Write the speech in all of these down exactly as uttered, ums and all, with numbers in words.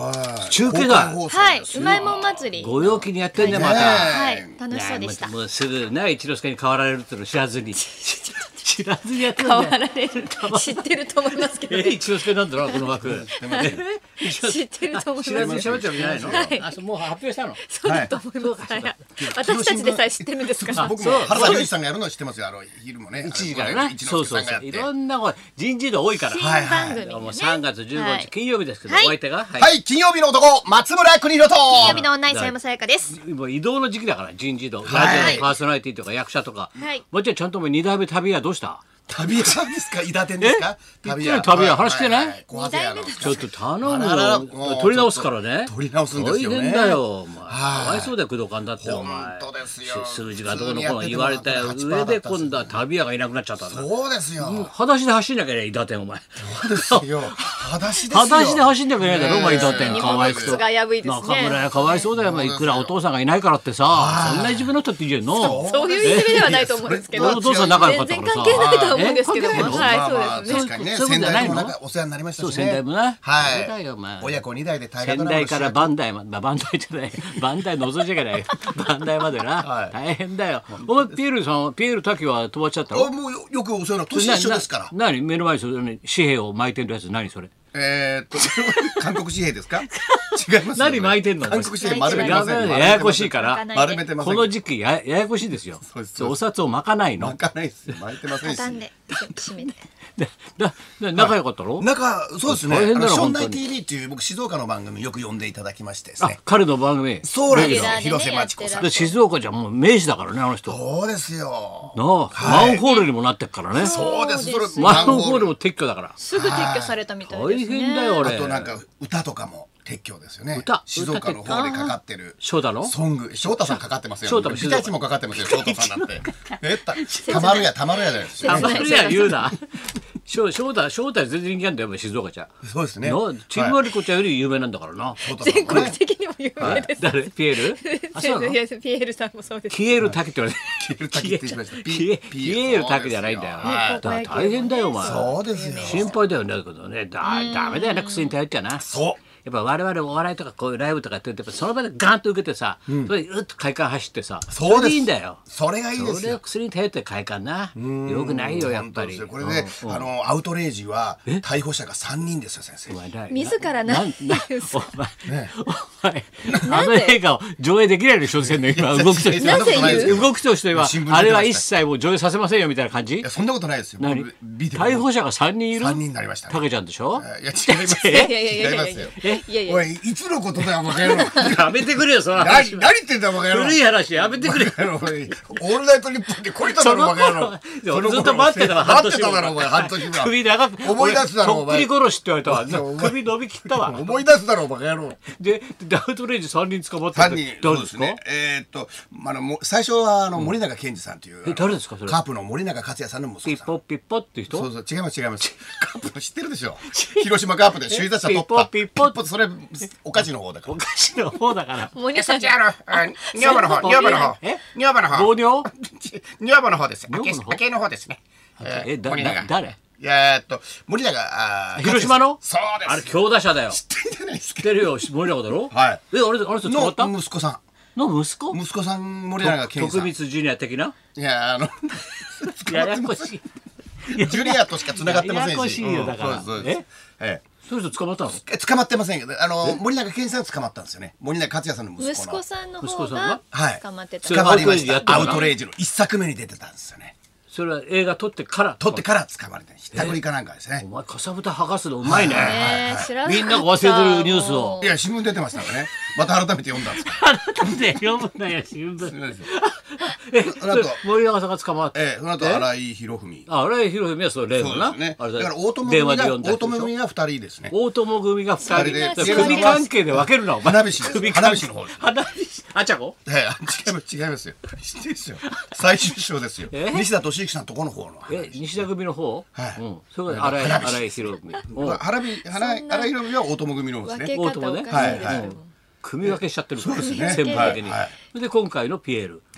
中継だ。 はい、うまいもん祭り。 ご陽気にやってんねまた。 はい、楽しそうでした。 もうすぐね一之輔に変わられるっての知らずに。知らずにやってる変わられる。知ってると思いますけど。 え、一之輔なんだろこの枠。 知ってると思います。 知らずに喋ってるんじゃないの。あ、もう発表したの。 そうだと思います。私たちでさえ知ってるんですから。 僕も原田龍二さんがやるのは知ってますよ。あの昼もね。 一時からね。そうそうそう。いろんな人事異動多いから。 新番組。 もう三月十五日金曜日ですけど、お相手がはい金曜日の男松村邦洋と金曜日の女磯山さやかです。 もう移動の時期だから人事異動。ラジオのパーソナリティとか役者とか。もうちょいちゃんともう二代目旅はどうした？ 旅屋さんですか？伊達店ですか？ 旅屋旅屋話してない？ 小ハゼ屋のちょっと頼むよ。取り直すからね。 取り直すんですよね。 大変だよお前。かわいそうだよ工藤官だってお前。 本当ですよ。 数字がどうのこうの言われたよ。上で今度は旅屋がいなくなっちゃったんだ。 そうですよ。 裸足で走んなきゃいけない伊達店お前。 そうですよ。裸足ですよ。 裸足で走んなきゃいけないだろお前伊達店。かわいそう。 がやぶいですね。 中村屋かわいそうだよ。いくらお父さんがいないからってさ、そんないじめの人っていいじゃんの。 そういういじめではないと思うんですけど。 お父さん仲良かったからさ。 全然関係ないと思うんですけど。 はい、そうですね。確かにね。先代もなんかお世話になりましたしね。 先代もね。 はい。親子二代で大変だな。 先代からバンダイまで、バンダイじゃない、バンダイ覗いちゃいけない。バンダイまでな。大変だよ。お前ピエールさん、ピエール滝は飛ばっちゃったの？ もうよくお世話になる。年一緒ですから。 何目の前にそれ紙幣を巻いてるやつ何それ？ えっと韓国紙幣ですか？違います。 何巻いてんの？ 韓国紙幣丸めてません。 ややこしいから丸めてません。 この時期やややこしいですよ。お札を巻かないの。 巻かないですよ。巻いてませんし。 畳んで締めて。 だだ仲良かったろ？ 仲そうですね。ションナイ ティーブイ っていう僕静岡の番組よく呼んでいただきましてですね。 彼の番組。 そうなんですよ。広瀬真知子さん。 静岡じゃもう名士だからねあの人。 そうですよ。 なあマンホールにもなってっからね。 そうです。 マンホールも撤去だから。 すぐ撤去されたみたいですね。 大変だよ俺。 あとなんか歌とかも撤去ですよね。 歌静岡の方でかかってる翔太のソング。翔太さんかかってますよ。 翔太もピカイチもかかってますよ。翔太さんなんて。えたまるやたまるやじゃないですか。 たまるや言うな。翔太翔太全然人気なんだよ静岡じゃ。 そうですね。 ちんまりこちゃんより有名なんだからな。 全国的にも有名です。 誰？ピエール？ ピエールさんもそうです。 ピエール滝って言われて。 ピエール滝って言いました。 ピエール滝じゃないんだよ。大変だよお前。 そうですよ。 心配だよねだけどね。だめだよね薬に頼っちゃな。 そう。 やっぱ我々お笑いとかこういうライブとかやってるとその場でガンと受けてさ、それうっと快感走ってさ、それでいいんだよ。 それがいいですよ。 それを薬に頼って快感な。よくないよやっぱり。 これであのアウトレイジは逮捕者が三人ですよ先生。 自らなんて言うんですか。 お前お前あの映画を上映できないでしょ先生の今動きとして動きとしてはあれは一切もう上映させませんよみたいな感じ。 いやそんなことないですよ。 逮捕者が三人いる。 三人になりました。 たけちゃんでしょ。 いや違います。 いやいやいやいやいや。 おいいつのことだよバカ野郎。 やめてくれよその話。何言ってんだバカ野郎。 古い話やめてくれよ。 オールナイトニッポンでこれただろバカ野郎。 ずっと待ってたわ半年。待ってただろお前半年ぐらい。 首長く思い出すだろお前。 とっくり殺しって言われたわ。首伸びきったわ。 思い出すだろバカ野郎。 でアウトレイジ三人捕まって三人そうですね。えっとあの最初はあの森永健児さんというえ誰ですかそれ。 カープの森永克也さんの息子さん。 ピッポピッポって人。 そうそう違います違います。カープの知ってるでしょ。広島カープで首位打者取った。 ピッポピッポそれお菓子の方だから。 お菓子の方だから。 森そっちあの女房の方女房の方女房の方。 糖尿？ 女房の方です。明けの方ですね。 えだ誰？ えっと森永広島の。 そうです。 あれ強打者だよ。 知ってんじゃないですか。 知ってるよ森永だろ。 はい。 えあれあれ捕まった？ 息子さん。の息子？ 息子さん森永健児さん。 徳光ジュニア的な。 いやあのややこしい。 ジュリアとしか繋がってませんし。 ややこしいよだから。ええそういう人捕まったの？ 捕まってませんけどあの森永健児さん捕まったんですよね。森永克也さんの息子の。 息子さんの方が捕まってた。 捕まりました。アウトレイジの一作目に出てたんですよね。 それは映画撮ってから撮ってから捕まれたひったくりかなんかですね。 お前かさぶた剥がすのうまいね。みんなが忘れてるニュースを。 いや新聞出てましたからね。また改めて読んだんですか。 改めて読むなよ新聞。 えその後森永さんが捕まって。 えその後新井博文。 あ新井博文はそれ例のな。 だから大友組が大友組が二人ですね。 大友組が二人で組関係で分けるなお前。 花火師花火師の方。 花火師あちゃこ。 え違います違いますよ。知ってですよ。最終章ですよ。西田敏行さんとこの方の。 え西田組の方。 はい。 それが新井新井博文。 花火新井新井博文は大友組の方ですね。 大友ね。 はいはい。 組分けしちゃってるからそうですね。 先輩だけに。で今回のピエール。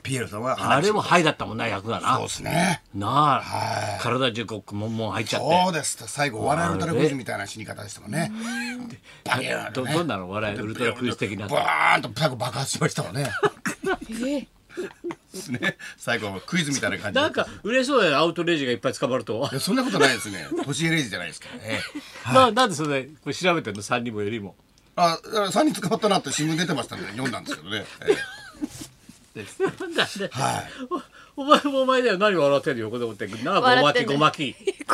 ピエールさんはあれもハイだったもんな、役がな。 そうですね。 なあ、体中こうもんもん入っちゃって。 そうです。最後笑いウルトラクイズみたいな死に方でしたもんね。バキューンとね。 どんなの笑いウルトラクイズ的な。 バーンと最後爆発しましたもんね。ですね。最後クイズみたいな感じ。 なんか嬉しそうだよ、アウトレイジがいっぱい捕まると。 いやそんなことないですね。都市エレイジじゃないですからね。 ななんでそれこれ調べてんの、三人もよりも。 あ、さんにん捕まったなって新聞出てましたんで読んだんですけどね。 なんだね。 はい。 お前もお前だよ、何笑ってんの横で思ってんな、ごまきごまき。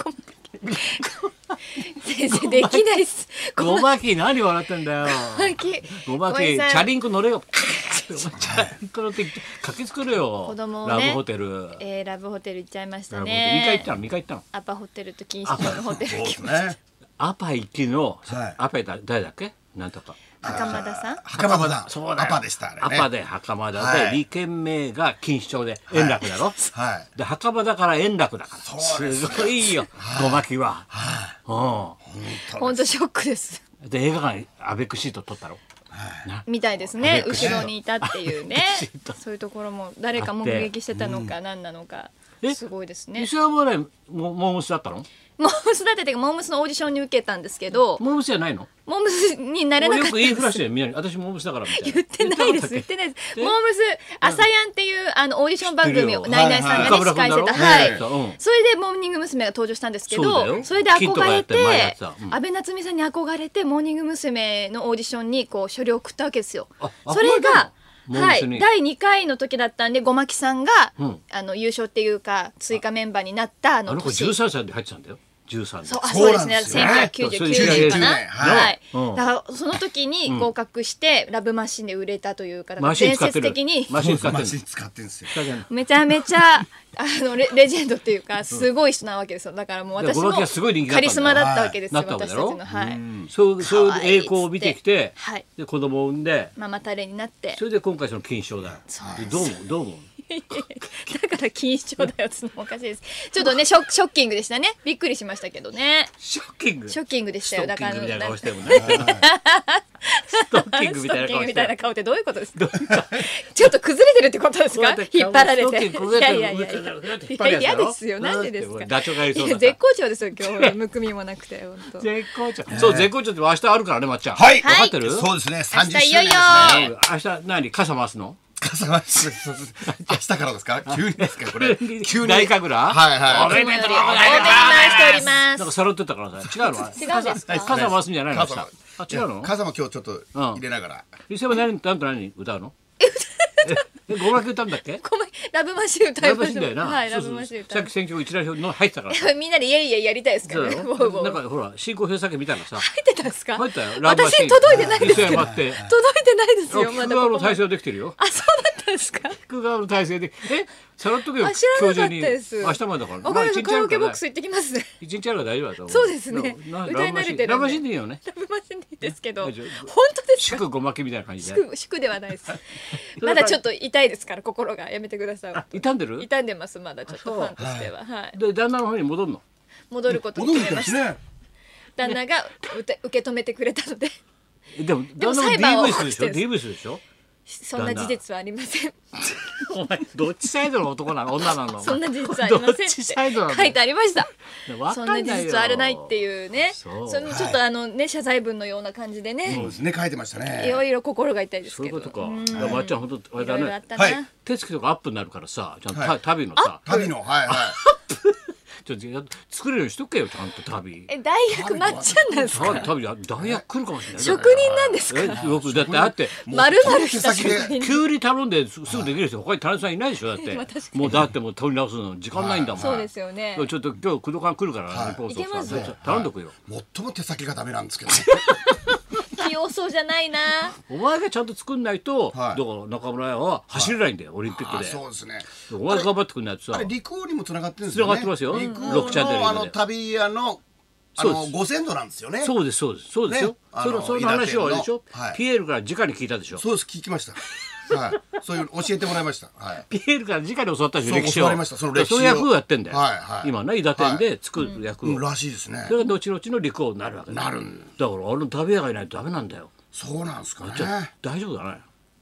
先生できないっす。 ごまき何笑ってんだよ。ごまきチャリンコ乗れよ。チャリンコ乗って駆けつくるよ。 子供をラブね、 ホテル。 えーラブホテル行っちゃいました二ね。 回行ったの、二回行ったの。 アパホテルと錦糸町のホテルそう行きました。 ですね。 アパ行きのはいアパだ誰だっけ、なんとか。 袴田さん。 袴田だ。 そうだよ。 アパでしたあれね。 アパで袴田で、 はい利権名が錦糸町で円楽だろ。 はい。 で袴田から円楽だから。 そうですすごいよ。ごまきは。う本当ショックですん。で映画館アベックシート撮ったろ。 みたいですね。 あれ後ろにいたっていうねシート。 そういうところも誰か目撃してたのか何なのか。 えすごいですね。 石山はね、モモームスだったの？ モームスだっててかモームスのオーディションに受けたんですけど、 モームスじゃないの？ モームスになれなかったんです。 よく言いふらしてるみんなに、私モームスだからみたいな。 言ってないです。言ってないです。モームス朝やんっていうあのオーディション番組をナイナイさんがね司会してた。はい。それでモーニング娘。が登場したんですけど、それで憧れて安倍夏実さんに憧れてモーニング娘。のオーディションにこう書類を送ったわけですよ。それがはいだいにかいの時だったんで、ごまきさんがあの優勝っていうか追加メンバーになったあのあの子じゅうさんさいで入ってたんだよ。じゅうさんで。 そう、あ、そうですね。せんきゅうひゃくきゅうじゅうきゅうねんかな。はい。 うんだからその時に合格してラブマシンで売れたというか、だからマシン伝使ってる。 説的にマシン使ってる。 マシン使ってんですよ。 めちゃめちゃあのレレジェンドっていうかすごい人なわけですよ。だからもう私もごまきがすごい人気だったんだカリスマだったわけですよ。 なったわけ私ただろちのはい。 そうそういう栄光を見てきて、 はい。 で子供を産んで、 ママタレになって。 それで今回その金賞だよ。でどう思うどう思う？ だから錦糸町だよってのもおかしいです。ちょっとねショッショッキングでしたね。びっくりしましたけどね。 ショッキング。 ショッキングでしたよ。だからストッキングみたいな顔してるもんね。ストッキングみたいな顔ストッキングみたいな顔ってどういうことですか。 どういうかちょっと崩れてるってことですか。 こうやって引っ張られストッキンて。 グこうやっていやいやいやいこうやってや。 引っ張るやつだろ嫌ですよ。なんでですか。 ダチョウがやりそうだったいや絶好調ですよ今日。むくみもなくて本当。 絶好調。そう絶好調って明日あるからね、まっちゃん。 はい。 分かってる？ そうですね。さんじゅっ明日いよいよしゅうねんですね。 明日何傘回すの？ 笠間市明日からですか？急にですかこれ？急に大神楽？ はいはい。 おめでとうございます。 多めに回しております。 なんかさらってたからさ、違うの？ 違うんですか。 傘回すんじゃないの？明日。 傘あ、違うの？ 笠間今日ちょっと入れながら。 伊勢は何何と何歌うの？え、ごまき歌うんだっけ？ ごめんラブマシン歌いラブましょう。 マシンだよな。 はいラブそうそうマシン歌いさっき選挙一覧表の入ってたから。 みんなでイエイイエイやりたいですからね。 そうもうもうなんかほら進行表先見たらさ、 入ってたんですか。 入ったよ。 私届いてないですけど。 伊勢山って届いてないですよ。 聞くまだここまで。 側の体制できてるよ。 あそうだったんですか。 聞く側の体制で、え、さらっとけよ。 あ知らなかった今日中にです。 明日までだから。 わかりました。カラオケボックス。 ス行ってきますね。 一日あれば大丈夫だと思う。 そうですねな歌い慣れてるんでラブマシンでいいよね。 ラブマシンでいいですけど。本大丈夫当ですか。 祝ごまきみたいな感じで。 祝祝ではないです。まだちょっと痛いですから心がやめてください。 傷んでる？ 傷んでますまだちょっとファンとしてははい。 で旦那の方に戻るの？ 戻ることに戻る決めました。 んですね。 旦那が受け止めてくれたので、 えでもでも旦那も裁判をディーブイ するでしょ？ 起こしてるディーブイ するでしょ？ そんな事実はありません。 お前どっちサイドの男なの女なの？ そんな事実はありませんどっちサイドなの？ 書いてありました。 わそんかんないよ。 な事実はあるないっていうね。 そうそれもちょっとあのね謝罪文のような感じでそうね。 ですね。書いてましたね。 いろいろ心が痛いですけど。 そういうことか。 うんだからまっちゃん本当あれだいろいろあっね。 たはいな。 手つきとかアップになるからさ、ちゃんとはいた旅のさ、 旅のはいはい。 ちょっとや作れるようにしとけよちゃんと旅。 え大学まっちゃんなんですか。 旅旅大学来るかもしれない。 職人なんですか。 えよくだってあって。 まるまるした手先で急に頼んですすぐできる人他にタレントさんいないでしょだってまあ確かにもうだってもう取り直すの時間ないんだもん、 そうですよね。 ちょっと今日工藤館来るからはいリポートいけますさちょっと頼んどくよ、 最も手先がダメなんですけど。 器用そうじゃないな。 お前がちゃんと作んないと、 はいだから中村屋は走れないんだよ、オリンピックあで、 そうですね。 お前が頑張ってくんないとさあれ陸王にもつながってるんですよね。 繋がってますよ陸王ロックチャンネルでのあの旅屋のあそうですのご先祖なんですよね。 そうですそうですそうですよ、 ねあのそのその話をあれでしょ、 伊達のはいピエールから直に聞いたでしょ。 そうです聞きました。はい。そういう教えてもらいました。はい。 ピエールから直に教わったでしょそう歴史を。 教わりましたその歴史をそういう役をやってんだよ、 はいはい今ね伊達店で作る役を、 うんらしいですねそ。れが後々の陸王になるわけだなるんだからあの旅屋がいないとダメなんだよ。 そうなんですかね。 じゃあ大丈夫だね。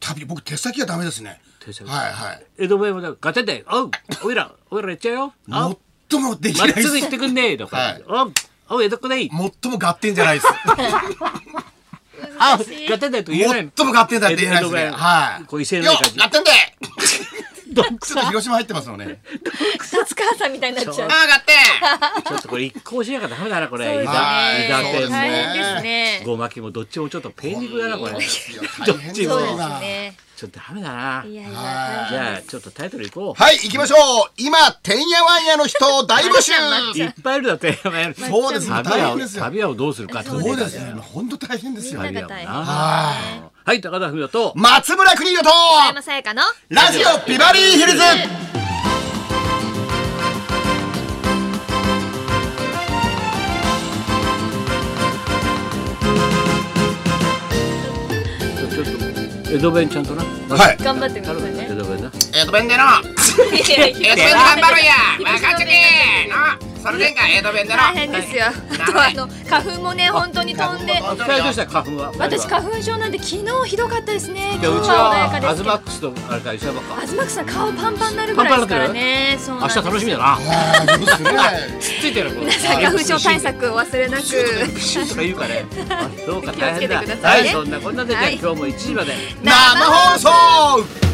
旅僕手先はダメですね。 手先。 はいはい。 江戸弁もガチャで、おう、おいら、おいら行っちゃうよ。 最もできない。 まっすぐ行ってくんねえとか。おう、おう江戸っ子でいい。 最も合点じゃないです。 あ、合点だよと言えない。 最も合点だって言えないですね。はい。 こう威勢のない感じ。 合点で。ちょっと広島入ってますよね。 立川さんみたいになっちゃう。 ああ、合点。 ちょっとこれ一向しなきゃダメだなこれ。 いざペン大変ですね。 ごまきもどっちもちょっとペン肉だなこれ。どっちも。 ちょっとダメだな。 いやいや、 じゃあちょっとタイトルいこう。 はい、行きましょう。今てんやわんやの人大募集。 いっぱいいるだって。 そうですね。大変ですよ。 旅屋をどうするか。 そうですね。本当大変ですよ。 旅屋な。 はい、高田文夫と松村邦洋と山さやかのラジオビバリーヒルズ。 江戸弁ちゃんとな。 はい。 頑張ってくださいね。 江戸弁な。 江戸弁での。江戸弁で頑張るや。任せての。それでんか江戸弁での。 大変ですよ。あとあの花粉もね本当に飛んで。 二人どうした花粉は。 私花粉症なんで昨日ひどかったですね。 うちはアズマックスとあれか石山か。 アズマックスは顔パンパンになるぐらいですからね。 明日楽しみだな。つっついてる。 皆さん花粉症対策を忘れなく。 プシュとか言うかね。どうか気をつけてくださいね。 はい、そんなこんなで今日もいちじまで生放送。